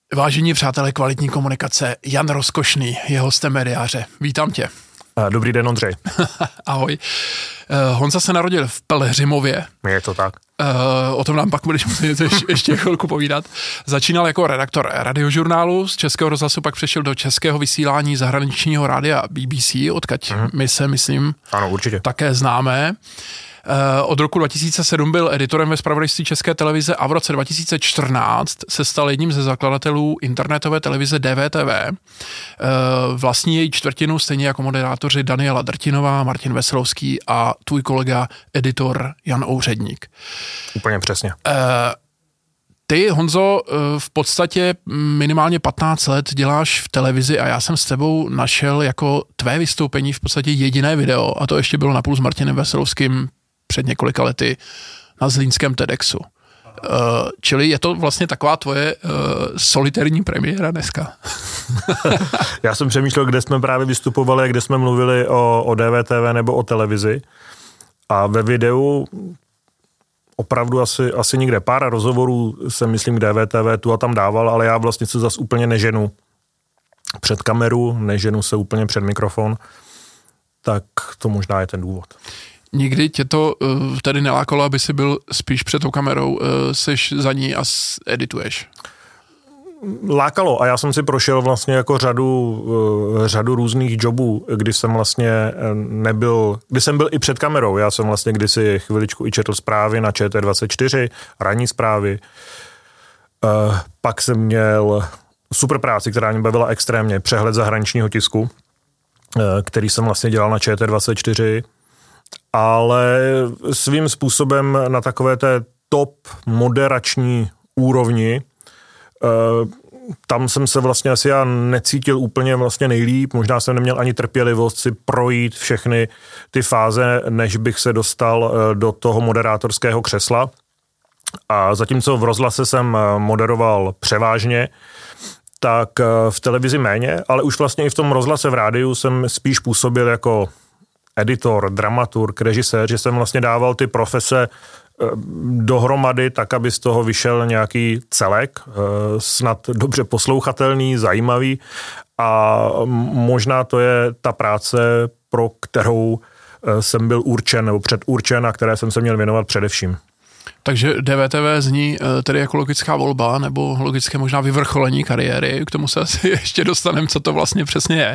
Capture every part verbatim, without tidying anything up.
Vážení přátelé kvalitní komunikace, Jan Rozkošný je hostem Médiáře. Vítám tě. Dobrý den, Ondřej. Ahoj. Honza se narodil v Pelhřimově. Je to tak. O tom nám pak budeš muset ještě chvilku povídat. Začínal jako redaktor radiožurnálu, z Českého rozhlasu pak přešel do českého vysílání zahraničního rádia B B C, odkud mm. my se, myslím, ano, určitě. také známe. Od roku dva tisíce sedm byl editorem ve zpravodajství České televize a v roce dva tisíce čtrnáct se stal jedním ze zakladatelů internetové televize D V T V. Vlastní její čtvrtinu, stejně jako moderátoři Daniela Drtinová, Martin Veselovský a tvůj kolega, editor Jan Ouředník. Úplně přesně. Ty, Honzo, v podstatě minimálně patnáct let děláš v televizi a já jsem s tebou našel jako tvé vystoupení v podstatě jediné video a to ještě bylo napůl s Martinem Veselovským před několika lety na zlínském TEDxu. Uh, čili je to vlastně taková tvoje uh, solitérní premiéra dneska. Já jsem přemýšlel, kde jsme právě vystupovali, kde jsme mluvili o, o D V T V nebo o televizi a ve videu opravdu asi, asi nikde. Pár rozhovorů jsem, myslím, k D V T V tu a tam dával, ale já vlastně se zas úplně neženu před kameru, neženu se úplně před mikrofon, tak to možná je ten důvod. Nikdy tě to uh, tady nelákalo, aby jsi byl spíš před tou kamerou, uh, seš za ní a edituješ? Lákalo a já jsem si prošel vlastně jako řadu, uh, řadu různých jobů, kdy jsem vlastně nebyl, kdy jsem byl i před kamerou. Já jsem vlastně kdysi chviličku i četl zprávy na Č T dvacet čtyři, ranní zprávy. Uh, pak jsem měl super práci, která mě bavila extrémně, přehled zahraničního tisku, uh, který jsem vlastně dělal na Č T dvacet čtyři, ale svým způsobem na takové té top moderační úrovni. Tam jsem se vlastně asi já necítil úplně vlastně nejlíp, možná jsem neměl ani trpělivost si projít všechny ty fáze, než bych se dostal do toho moderátorského křesla. A zatímco v rozhlase jsem moderoval převážně, tak v televizi méně, ale už vlastně i v tom rozhlase v rádiu jsem spíš působil jako editor, dramaturg, režisér, že jsem vlastně dával ty profese dohromady tak, aby z toho vyšel nějaký celek, snad dobře poslouchatelný, zajímavý a možná to je ta práce, pro kterou jsem byl určen nebo předurčen a které jsem se měl věnovat především. Takže D V T V zní tedy jako logická volba nebo logické možná vyvrcholení kariéry, k tomu se asi ještě dostaneme, co to vlastně přesně je.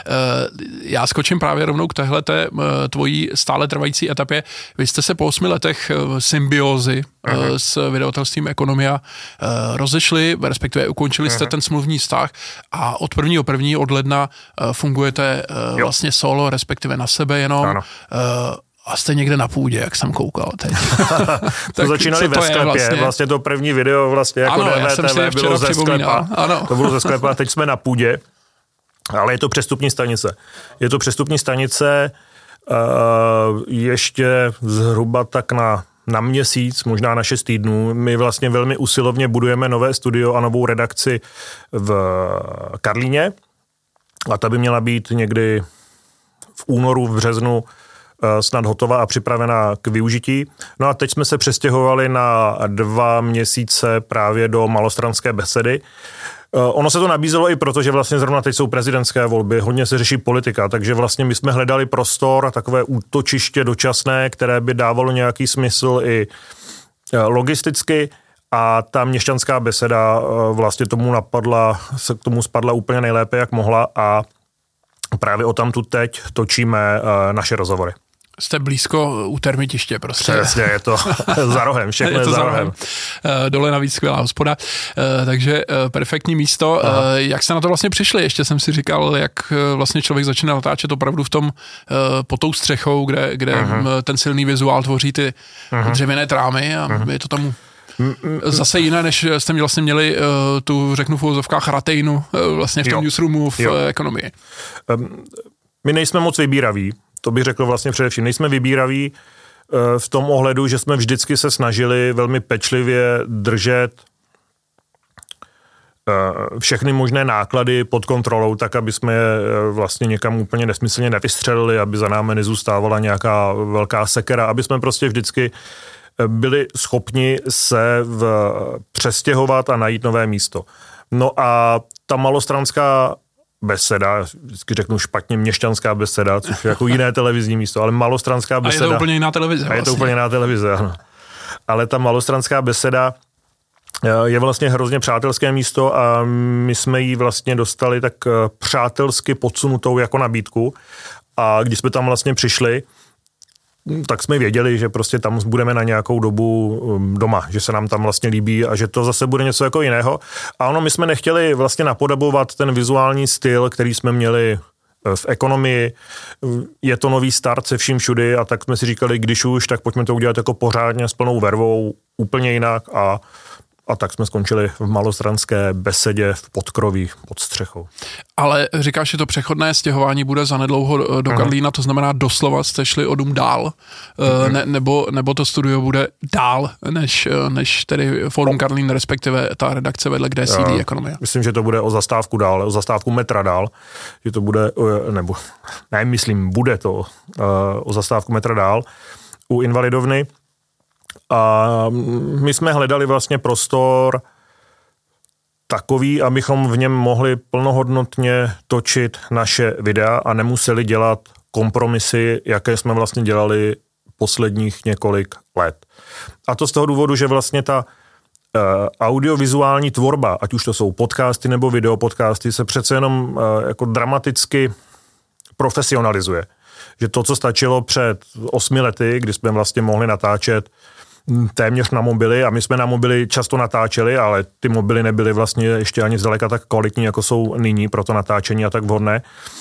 Já skočím právě rovnou k téhleté tvojí stále trvající etapě. Vy jste se po osmi letech symbiózy uh-huh. s vydavatelstvím Ekonomia rozešli, respektive ukončili jste uh-huh. ten smluvní vztah a od prvního prvního od ledna fungujete jo. vlastně solo, respektive na sebe jenom. Ano. A jste někde na půdě, jak jsem koukal teď. To začínali ve sklepě, vlastně? vlastně to první video vlastně jako ano, D V T V bylo ze sklepa. Ano. To bylo ze sklepa a teď jsme na půdě, ale je to přestupní stanice. Je to přestupní stanice uh, ještě zhruba tak na, na měsíc, možná na šest týdnů. My vlastně velmi usilovně budujeme nové studio a novou redakci v Karlíně a ta by měla být někdy v únoru, v březnu snad hotová a připravená k využití. No a teď jsme se přestěhovali na dva měsíce právě do Malostranské Besedy. Ono se to nabízelo i proto, že vlastně zrovna teď jsou prezidentské volby, hodně se řeší politika, takže vlastně my jsme hledali prostor a takové útočiště dočasné, které by dávalo nějaký smysl i logisticky a ta Měšťanská Beseda vlastně tomu napadla, se k tomu spadla úplně nejlépe, jak mohla a právě o tamtud teď točíme naše rozhovory. Jste blízko u Termitiště prostě. Přesně, je to za rohem, všechno je, je za rohem. Dole navíc skvělá hospoda, takže perfektní místo. Aha. Jak jste na to vlastně přišli? Ještě jsem si říkal, jak vlastně člověk začíná natáčet opravdu v tom, pod tou střechou, kde, kde ten silný vizuál tvoří ty Aha. dřevěné trámy a Aha. je to tam zase jiné, než jste vlastně měli tu, řeknu v uvozovkách, ratejnu vlastně v tom jo. newsroomu v jo. Ekonomii. My nejsme moc vybíraví. To bych řekl vlastně především. Nejsme vybíraví v tom ohledu, že jsme vždycky se snažili velmi pečlivě držet všechny možné náklady pod kontrolou, tak aby jsme je vlastně někam úplně nesmyslně nevystřelili, aby za námi nezůstávala nějaká velká sekera, aby jsme prostě vždycky byli schopni se v, přestěhovat a najít nové místo. No a ta Malostranská beseda, vždycky řeknu špatně Měšťanská beseda, což je jako jiné televizní místo, ale Malostranská beseda. A je to úplně jiná televize. A je to vlastně. úplně jiná televize, ano. Ale ta Malostranská beseda je vlastně hrozně přátelské místo a my jsme ji vlastně dostali tak přátelsky podsunutou jako nabídku a když jsme tam vlastně přišli, tak jsme věděli, že prostě tam budeme na nějakou dobu doma, že se nám tam vlastně líbí a že to zase bude něco jako jiného. A ono, my jsme nechtěli vlastně napodobovat ten vizuální styl, který jsme měli v ekonomii. Je to nový start se vším všudy a tak jsme si říkali, když už, tak pojďme to udělat jako pořádně s plnou vervou, úplně jinak a A tak jsme skončili v Malostranské besedě v Podkroví pod střechou. Ale říkáš, že to přechodné stěhování bude zanedlouho do Karlína, to znamená doslova jste šli o dům dál, ne, nebo, nebo to studio bude dál, než, než tedy Fórum Karlín, respektive ta redakce vedle, kde sídlí ekonomie. Myslím, že to bude o zastávku dál, o zastávku metra dál, že to bude, nebo ne, myslím, bude to o zastávku metra dál u Invalidovny. A my jsme hledali vlastně prostor takový, abychom v něm mohli plnohodnotně točit naše videa a nemuseli dělat kompromisy, jaké jsme vlastně dělali posledních několik let. A to z toho důvodu, že vlastně ta uh, audiovizuální tvorba, ať už to jsou podcasty nebo videopodcasty, se přece jenom uh, jako dramaticky profesionalizuje. Že to, co stačilo před osmi lety, kdy jsme vlastně mohli natáčet téměř na mobily a my jsme na mobily často natáčeli, ale ty mobily nebyly vlastně ještě ani zdaleka tak kvalitní, jako jsou nyní pro to natáčení a tak vhodné.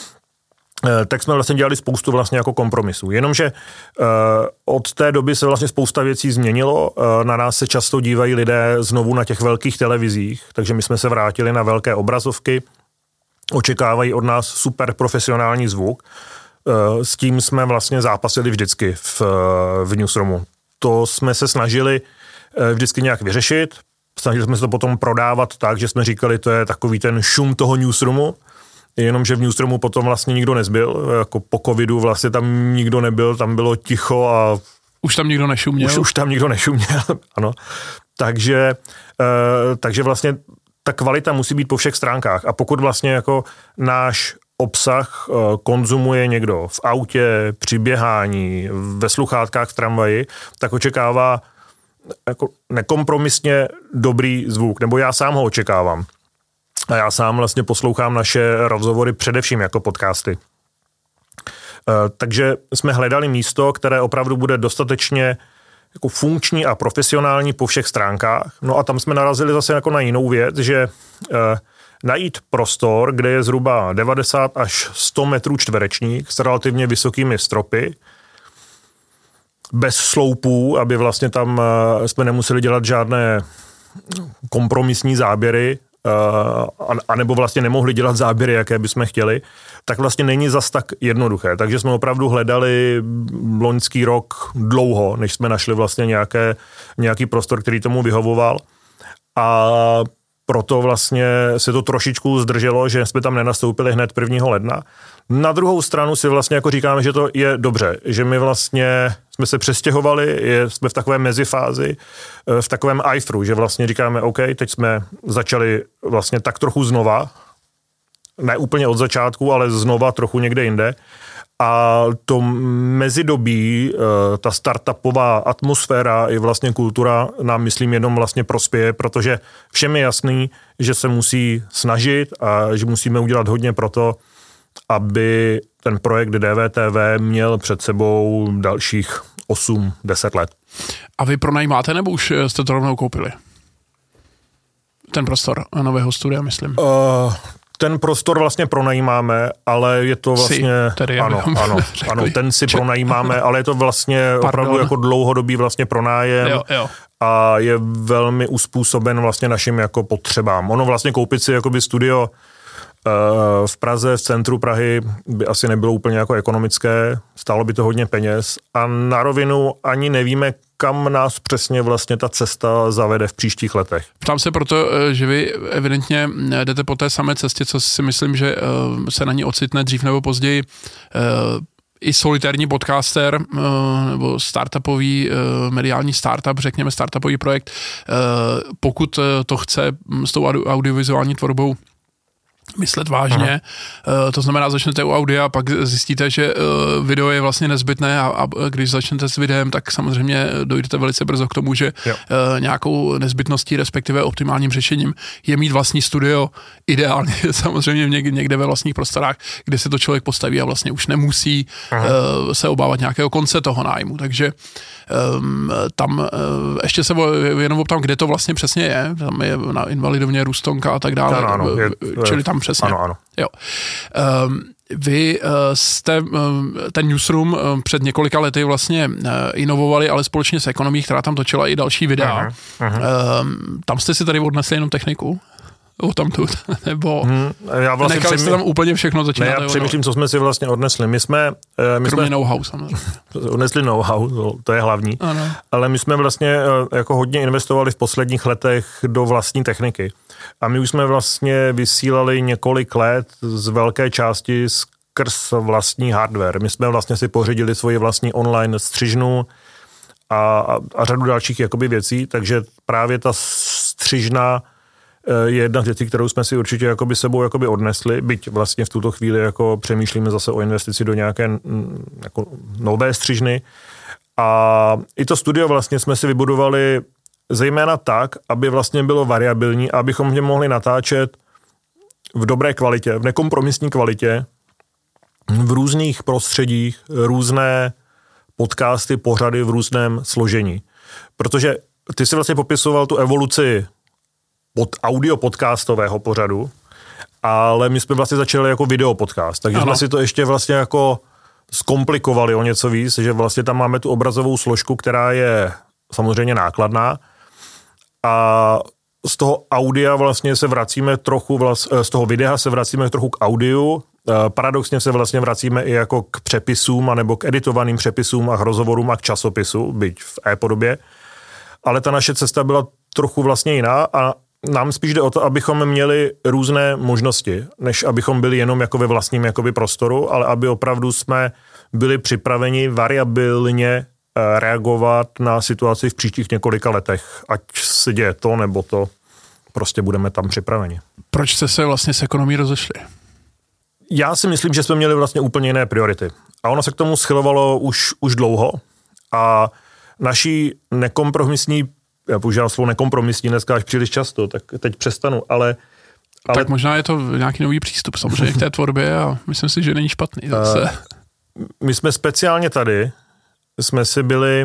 Tak jsme vlastně dělali spoustu vlastně jako kompromisů. Jenomže od té doby se vlastně spousta věcí změnilo. Na nás se často dívají lidé znovu na těch velkých televizích, takže my jsme se vrátili na velké obrazovky. Očekávají od nás super profesionální zvuk. S tím jsme vlastně zápasili vždycky v, v newsroomu. To jsme se snažili vždycky nějak vyřešit. Snažili jsme se to potom prodávat tak, že jsme říkali, to je takový ten šum toho newsroomu, jenomže v newsroomu potom vlastně nikdo nezbyl. Jako po covidu vlastně tam nikdo nebyl, tam bylo ticho a... Už tam nikdo nešuměl. Už, už tam nikdo nešuměl, ano. Takže, takže vlastně ta kvalita musí být po všech stránkách. A pokud vlastně jako náš obsah konzumuje někdo v autě, při běhání, ve sluchátkách v tramvaji, tak očekává jako nekompromisně dobrý zvuk, nebo já sám ho očekávám. A já sám vlastně poslouchám naše rozhovory především jako podcasty. Takže jsme hledali místo, které opravdu bude dostatečně jako funkční a profesionální po všech stránkách. No a tam jsme narazili zase jako na jinou věc, že najít prostor, kde je zhruba devadesát až sto metrů čtverečních s relativně vysokými stropy, bez sloupů, aby vlastně tam jsme nemuseli dělat žádné kompromisní záběry, anebo vlastně nemohli dělat záběry, jaké bychom chtěli, tak vlastně není zas tak jednoduché. Takže jsme opravdu hledali loňský rok dlouho, než jsme našli vlastně nějaké, nějaký prostor, který tomu vyhovoval. A proto vlastně se to trošičku zdrželo, že jsme tam nenastoupili hned prvního ledna. Na druhou stranu si vlastně jako říkáme, že to je dobře, že my vlastně jsme se přestěhovali, je, jsme v takové mezifázi, v takovém ajfru, že vlastně říkáme, OK, teď jsme začali vlastně tak trochu znova, ne úplně od začátku, ale znova trochu někde jinde. A to mezidobí, ta startupová atmosféra i vlastně kultura nám, myslím, jenom vlastně prospěje, protože všem je jasný, že se musí snažit a že musíme udělat hodně pro to, aby ten projekt D V T V měl před sebou dalších osm deset let. A vy pronajímáte, nebo už jste to rovnou koupili? Ten prostor nového studia, myslím. Uh, ten prostor vlastně pronajímáme, ale je to vlastně... Si, tedy ano, ano, ano, ten si pronajímáme, ale je to vlastně Pardon. opravdu jako dlouhodobý vlastně pronájem jo, jo. a je velmi uspůsoben vlastně našim jako potřebám. Ono vlastně koupit si jakoby studio v Praze, v centru Prahy by asi nebylo úplně jako ekonomické, stálo by to hodně peněz a na rovinu ani nevíme, kam nás přesně vlastně ta cesta zavede v příštích letech. Ptám se proto, že vy evidentně jdete po té samé cestě, co si myslím, že se na ní ocitne dřív nebo později i solitární podcaster nebo startupový mediální startup, řekněme startupový projekt, pokud to chce s tou audiovizuální tvorbou myslet vážně. Aha. To znamená, začnete u audia a pak zjistíte, že video je vlastně nezbytné a, a když začnete s videem, tak samozřejmě dojdete velice brzo k tomu, že jo. nějakou nezbytností, respektive optimálním řešením je mít vlastní studio, ideálně samozřejmě někde, někde ve vlastních prostorách, kde se to člověk postaví a vlastně už nemusí Aha. se obávat nějakého konce toho nájmu. Takže um, tam uh, ještě se jenom optám, kde to vlastně přesně je. Tam je na Invalidovně Rustonka a tak dále. Ano, ano, je, čili tam přesně. Ano, ano. Jo. Um, vy uh, jste um, ten newsroom um, před několika lety vlastně uh, inovovali, ale společně s Ekonomí, která tam točila i další videa. Uh-huh, uh-huh. Um, tam jste si tady odnesli jenom techniku? O tamtud, nebo hmm, já vlastně nechali jste tam úplně všechno začínat? Ne, já přemýšlím, co jsme si vlastně odnesli. My jsme... My Kromě jsme, know-how samozřejmě. Odnesli know-how, to je hlavní. Ano. Ale my jsme vlastně jako hodně investovali v posledních letech do vlastní techniky. A my už jsme vlastně vysílali několik let z velké části skrz vlastní hardware. My jsme vlastně si pořídili svoji vlastní online střižnu a, a, a řadu dalších jakoby věcí, takže právě ta střižna je jedna z věcí, kterou jsme si určitě jakoby sebou jakoby odnesli, byť vlastně v tuto chvíli jako přemýšlíme zase o investici do nějaké jako nové střižny. A i to studio vlastně jsme si vybudovali zejména tak, aby vlastně bylo variabilní a abychom v něm mohli natáčet v dobré kvalitě, v nekompromisní kvalitě, v různých prostředích, různé podcasty, pořady v různém složení. Protože ty si vlastně popisoval tu evoluci pod audio podcastového pořadu, ale my jsme vlastně začali jako video podcast, takže ano. jsme si to ještě vlastně jako zkomplikovali o něco víc, že vlastně tam máme tu obrazovou složku, která je samozřejmě nákladná a z toho audia vlastně se vracíme trochu, vlast, z toho videa se vracíme trochu k audiu, paradoxně se vlastně vracíme i jako k přepisům anebo k editovaným přepisům a k rozhovorům a k časopisu, byť v e-podobě, ale ta naše cesta byla trochu vlastně jiná a nám spíš jde o to, abychom měli různé možnosti, než abychom byli jenom jako ve vlastním jakoby prostoru, ale aby opravdu jsme byli připraveni variabilně reagovat na situaci v příštích několika letech. Ať se děje to, nebo to, prostě budeme tam připraveni. Proč jste se vlastně s Ekonomí rozešli? Já si myslím, že jsme měli vlastně úplně jiné priority. A ono se k tomu schylovalo už, už dlouho a naší nekompromisní, já používám slovo nekompromisní dneska až příliš často, tak teď přestanu, ale... ale... Tak možná je to nějaký nový přístup samozřejmě k té tvorbě a myslím si, že není špatný zase. Uh, my jsme speciálně tady, jsme si byli uh,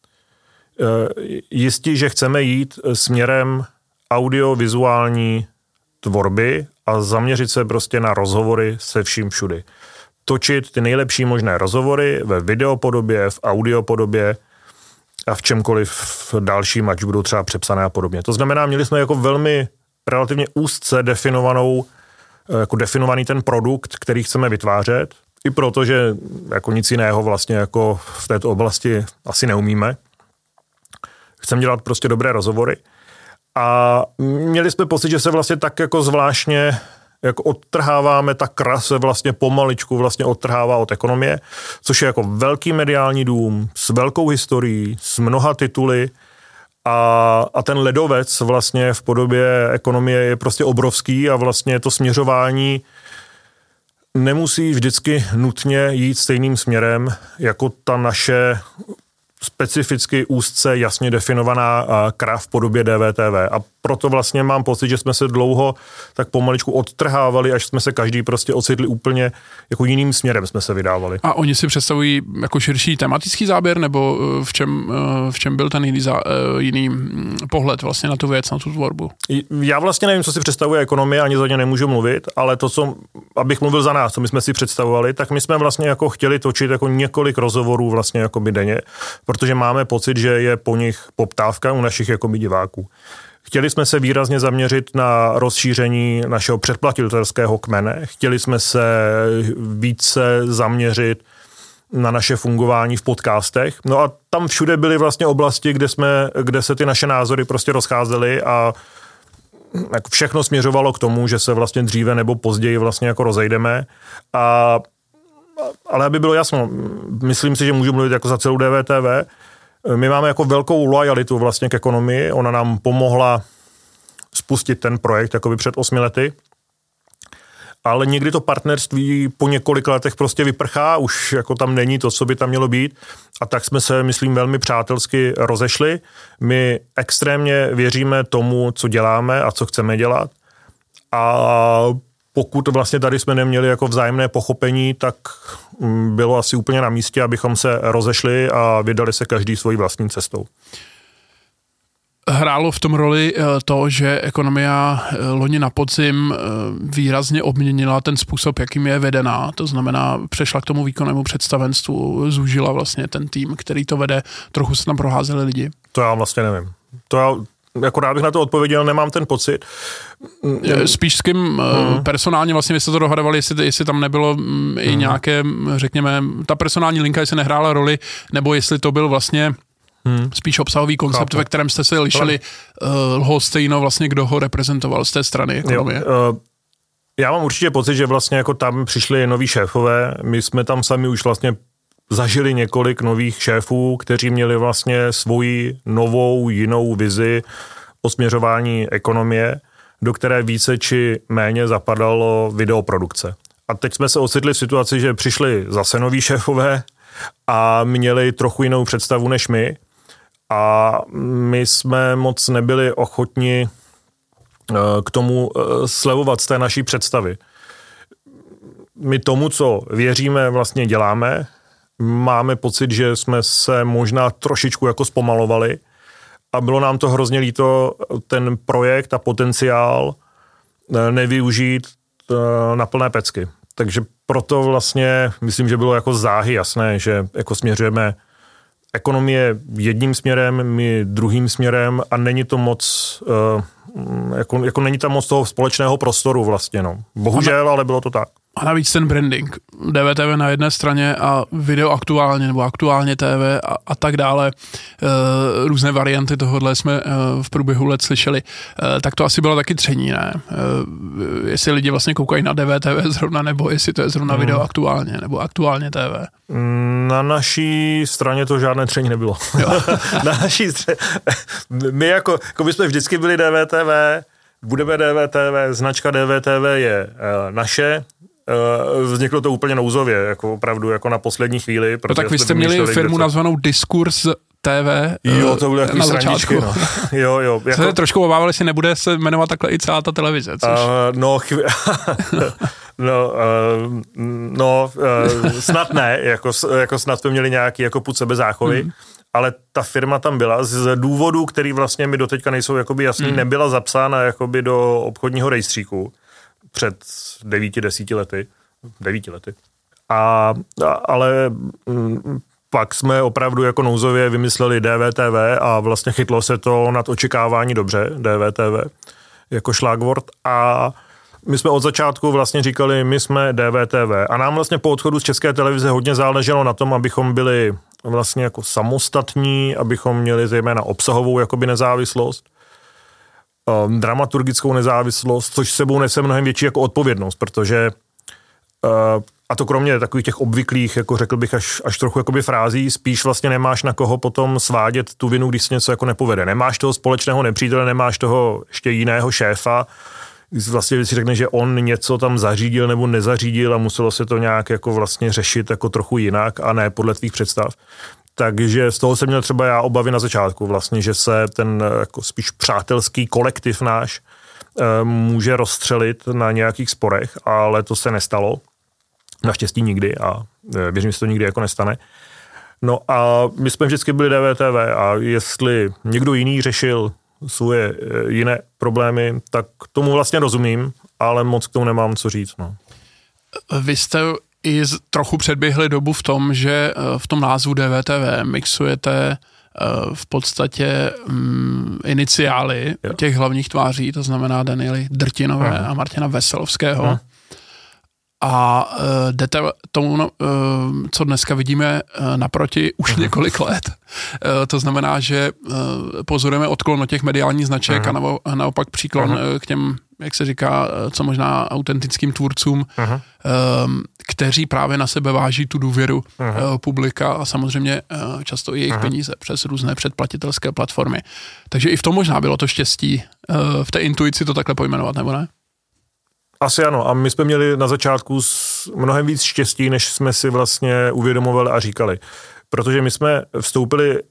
jistí, že chceme jít směrem audiovizuální tvorby a zaměřit se prostě na rozhovory se vším všudy. Točit ty nejlepší možné rozhovory ve videopodobě, v audiopodobě a v čemkoliv dalším, ať budou třeba přepsané a podobně. To znamená, měli jsme jako velmi relativně úzce definovanou, jako definovaný ten produkt, který chceme vytvářet, i protože jako nic jiného vlastně jako v této oblasti asi neumíme. Chceme dělat prostě dobré rozhovory. A měli jsme pocit, že se vlastně tak jako zvláštně jako odtrháváme, ta kra se vlastně pomaličku vlastně odtrhává od Ekonomie, což je jako velký mediální dům s velkou historií, s mnoha tituly a, a ten ledovec vlastně v podobě Ekonomie je prostě obrovský a vlastně to směřování nemusí vždycky nutně jít stejným směrem jako ta naše specificky úzce jasně definovaná kra v podobě D V T V. A proto vlastně mám pocit, že jsme se dlouho tak pomaličku odtrhávali, až jsme se každý prostě ocitli úplně jako jiným směrem jsme se vydávali. A oni si představují jako širší tematický záběr, nebo v čem, v čem byl ten jiný, zá, jiný pohled vlastně na tu věc, na tu tvorbu? Já vlastně nevím, co si představuje Ekonomie, ani za ně nemůžu mluvit, ale to, co, abych mluvil za nás, co my jsme si představovali, tak my jsme vlastně jako chtěli točit jako několik rozhovorů vlastně jako by denně, protože máme pocit, že je po nich poptávka u našich jakoby diváků. Chtěli jsme se výrazně zaměřit na rozšíření našeho předplatitelského kmene. Chtěli jsme se více zaměřit na naše fungování v podcastech. No a tam všude byly vlastně oblasti, kde, jsme, kde se ty naše názory prostě rozcházely a jako všechno směřovalo k tomu, že se vlastně dříve nebo později vlastně jako rozejdeme. A ale aby bylo jasno, myslím si, že můžu mluvit jako za celou D V T V. My máme jako velkou lojalitu vlastně k ekonomii. Ona nám pomohla spustit ten projekt jakoby před osmi lety. Ale někdy to partnerství po několika letech prostě vyprchá, už jako tam není to, co by tam mělo být. A tak jsme se, myslím, velmi přátelsky rozešli. My extrémně věříme tomu, co děláme a co chceme dělat. A pokud vlastně tady jsme neměli jako vzájemné pochopení, tak bylo asi úplně na místě, abychom se rozešli a vydali se každý svojí vlastní cestou. Hrálo v tom roli to, že ekonomia loni na podzim výrazně obměnila ten způsob, jakým je vedená. To znamená, přešla k tomu výkonnému představenstvu, zúžila vlastně ten tým, který to vede. Trochu se tam proházeli lidi. To já vlastně nevím. To já, jako rád bych na to odpověděl, nemám ten pocit. Spíš s kým hmm. personálně vlastně vy jste to dohadovali, jestli, jestli tam nebylo hmm. i nějaké, řekněme, ta personální linka, jestli nehrála roli, nebo jestli to byl vlastně Hmm. spíš obsahový koncept, Chápu. Ve kterém jste se lišili uh, lhostejno vlastně, kdo ho reprezentoval z té strany ekonomie. Jo, uh, já mám určitě pocit, že vlastně jako tam přišli noví šéfové, my jsme tam sami už vlastně zažili několik nových šéfů, kteří měli vlastně svoji novou, jinou vizi o směřování ekonomie, do které více či méně zapadalo videoprodukce. A teď jsme se ocitli v situaci, že přišli zase noví šéfové a měli trochu jinou představu než my. A my jsme moc nebyli ochotni k tomu slevovat z té naší představy. My tomu, co věříme, vlastně děláme. Máme pocit, že jsme se možná trošičku jako zpomalovali a bylo nám to hrozně líto ten projekt a potenciál nevyužít na plné pecky. Takže proto vlastně myslím, že bylo jako záhy jasné, že jako směřujeme ekonomie jedním směrem, my druhým směrem a není to moc, jako, jako není tam moc toho společného prostoru vlastně, no. Bohužel, ale bylo to tak. A navíc ten branding. D V T V na jedné straně a video aktuálně nebo aktuálně T V a, a tak dále. E, různé varianty tohohle jsme e, v průběhu let slyšeli. E, tak to asi bylo taky tření, ne? E, jestli lidi vlastně koukají na D V T V zrovna, nebo jestli to je zrovna hmm. video aktuálně nebo aktuálně T V. Na naší straně to žádné tření nebylo. Na naší straně. My jako, jako my jsme vždycky byli D V T V, budeme D V T V, značka D V T V je e, naše. Vzniklo to úplně nouzově, jako opravdu jako na poslední chvíli. No tak vy jste měli firmu nazvanou Diskurs T V. Jo, to byly takový srandičky, no. Jo, jo. Jako... Se trošku obávali, jestli nebude se jmenovat takhle i celá ta televize, což... Uh, no, chv... no, uh, no uh, snad ne, jako, jako snad jsme měli nějaký jako pud sebezáchovy, mm. ale ta firma tam byla z důvodů, který vlastně mi doteďka nejsou jakoby jasný, mm. nebyla zapsána jakoby do obchodního rejstříku před devíti, desíti lety, devíti lety. A, ale m, pak jsme opravdu jako nouzově vymysleli D V T V a vlastně chytlo se to nad očekávání dobře, D V T V, jako šlágvort. A my jsme od začátku vlastně říkali, my jsme D V T V. A nám vlastně po odchodu z České televize hodně záleželo na tom, abychom byli vlastně jako samostatní, abychom měli zejména obsahovou jakoby nezávislost, Um, dramaturgickou nezávislost, což sebou nese mnohem větší jako odpovědnost, protože uh, a to kromě takových těch obvyklých, jako řekl bych, až, až trochu jakoby frází, spíš vlastně nemáš na koho potom svádět tu vinu, když se něco jako nepovede. Nemáš toho společného nepřítele, nemáš toho ještě jiného šéfa, když vlastně si řekne, že on něco tam zařídil nebo nezařídil a muselo se to nějak jako vlastně řešit jako trochu jinak a ne podle tvých představ. Takže z toho jsem měl třeba já obavy na začátku vlastně, že se ten jako spíš přátelský kolektiv náš e, může rozstřelit na nějakých sporech, ale to se nestalo. Naštěstí nikdy a e, věřím, že se to nikdy jako nestane. No a my jsme vždycky byli D V T V a jestli někdo jiný řešil svoje e, jiné problémy, tak tomu vlastně rozumím, ale moc k tomu nemám co říct. No. Vy jste i z, trochu předběhli dobu v tom, že v tom názvu D V T V mixujete v podstatě um, iniciály jo. těch hlavních tváří, to znamená Daniely Drtinové Aha. a Martina Veselovského. Aha. a uh, jdete tomu, uh, co dneska vidíme uh, naproti už uh-huh. několik let. Uh, to znamená, že uh, pozorujeme odklon od těch mediálních značek uh-huh. a, naopak, a naopak příklon uh-huh. k těm, jak se říká, co možná autentickým tvůrcům, uh-huh. um, kteří právě na sebe váží tu důvěru uh-huh. uh, publika a samozřejmě uh, často i jejich uh-huh. peníze přes různé předplatitelské platformy. Takže i v tom možná bylo to štěstí uh, v té intuici to takhle pojmenovat, nebo ne? Asi ano. A my jsme měli na začátku mnohem víc štěstí, než jsme si vlastně uvědomovali a říkali. Protože my jsme vstoupili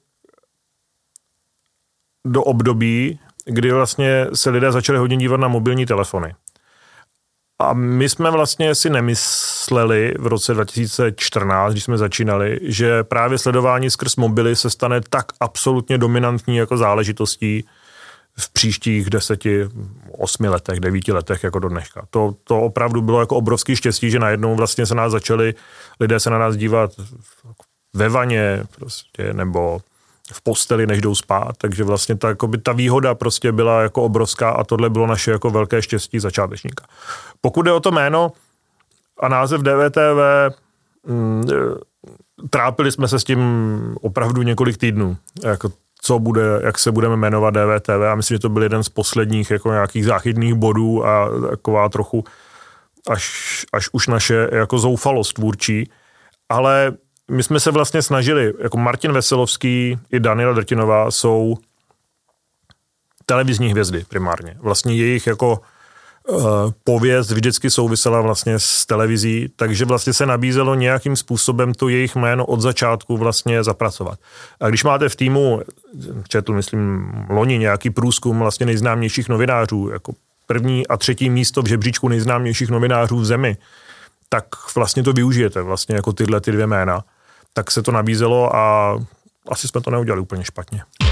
do období, kdy vlastně se lidé začali hodně dívat na mobilní telefony. A my jsme vlastně si nemysleli v roce dva tisíce čtrnáct, když jsme začínali, že právě sledování skrz mobily se stane tak absolutně dominantní jako záležitostí v příštích deseti, osmi letech, devíti letech jako do dneška. To, to opravdu bylo jako obrovský štěstí, že najednou vlastně se nás začali lidé se na nás dívat ve vaně prostě, nebo v posteli, než jdou spát. Takže vlastně ta, jakoby, ta výhoda prostě byla jako obrovská a tohle bylo naše jako velké štěstí začátečníka. Pokud jde o to jméno a název D V T V, m, trápili jsme se s tím opravdu několik týdnů. Jako co bude, jak se budeme jmenovat D V T V. Já myslím, že to byl jeden z posledních jako nějakých záchytných bodů a taková trochu až, až už naše jako zoufalost tvůrčí. Ale my jsme se vlastně snažili, jako Martin Veselovský i Daniela Drtinová jsou televizní hvězdy primárně. Vlastně jejich jako uh, pověst vždycky souvisela vlastně s televizí, takže vlastně se nabízelo nějakým způsobem to jejich jméno od začátku vlastně zapracovat. A když máte v týmu, četl myslím loni nějaký průzkum vlastně nejznámějších novinářů, jako první a třetí místo v žebříčku nejznámějších novinářů v zemi, tak vlastně to využijete vlastně jako tyhle ty dvě jména. Tak se to nabízelo a asi jsme to neudělali úplně špatně.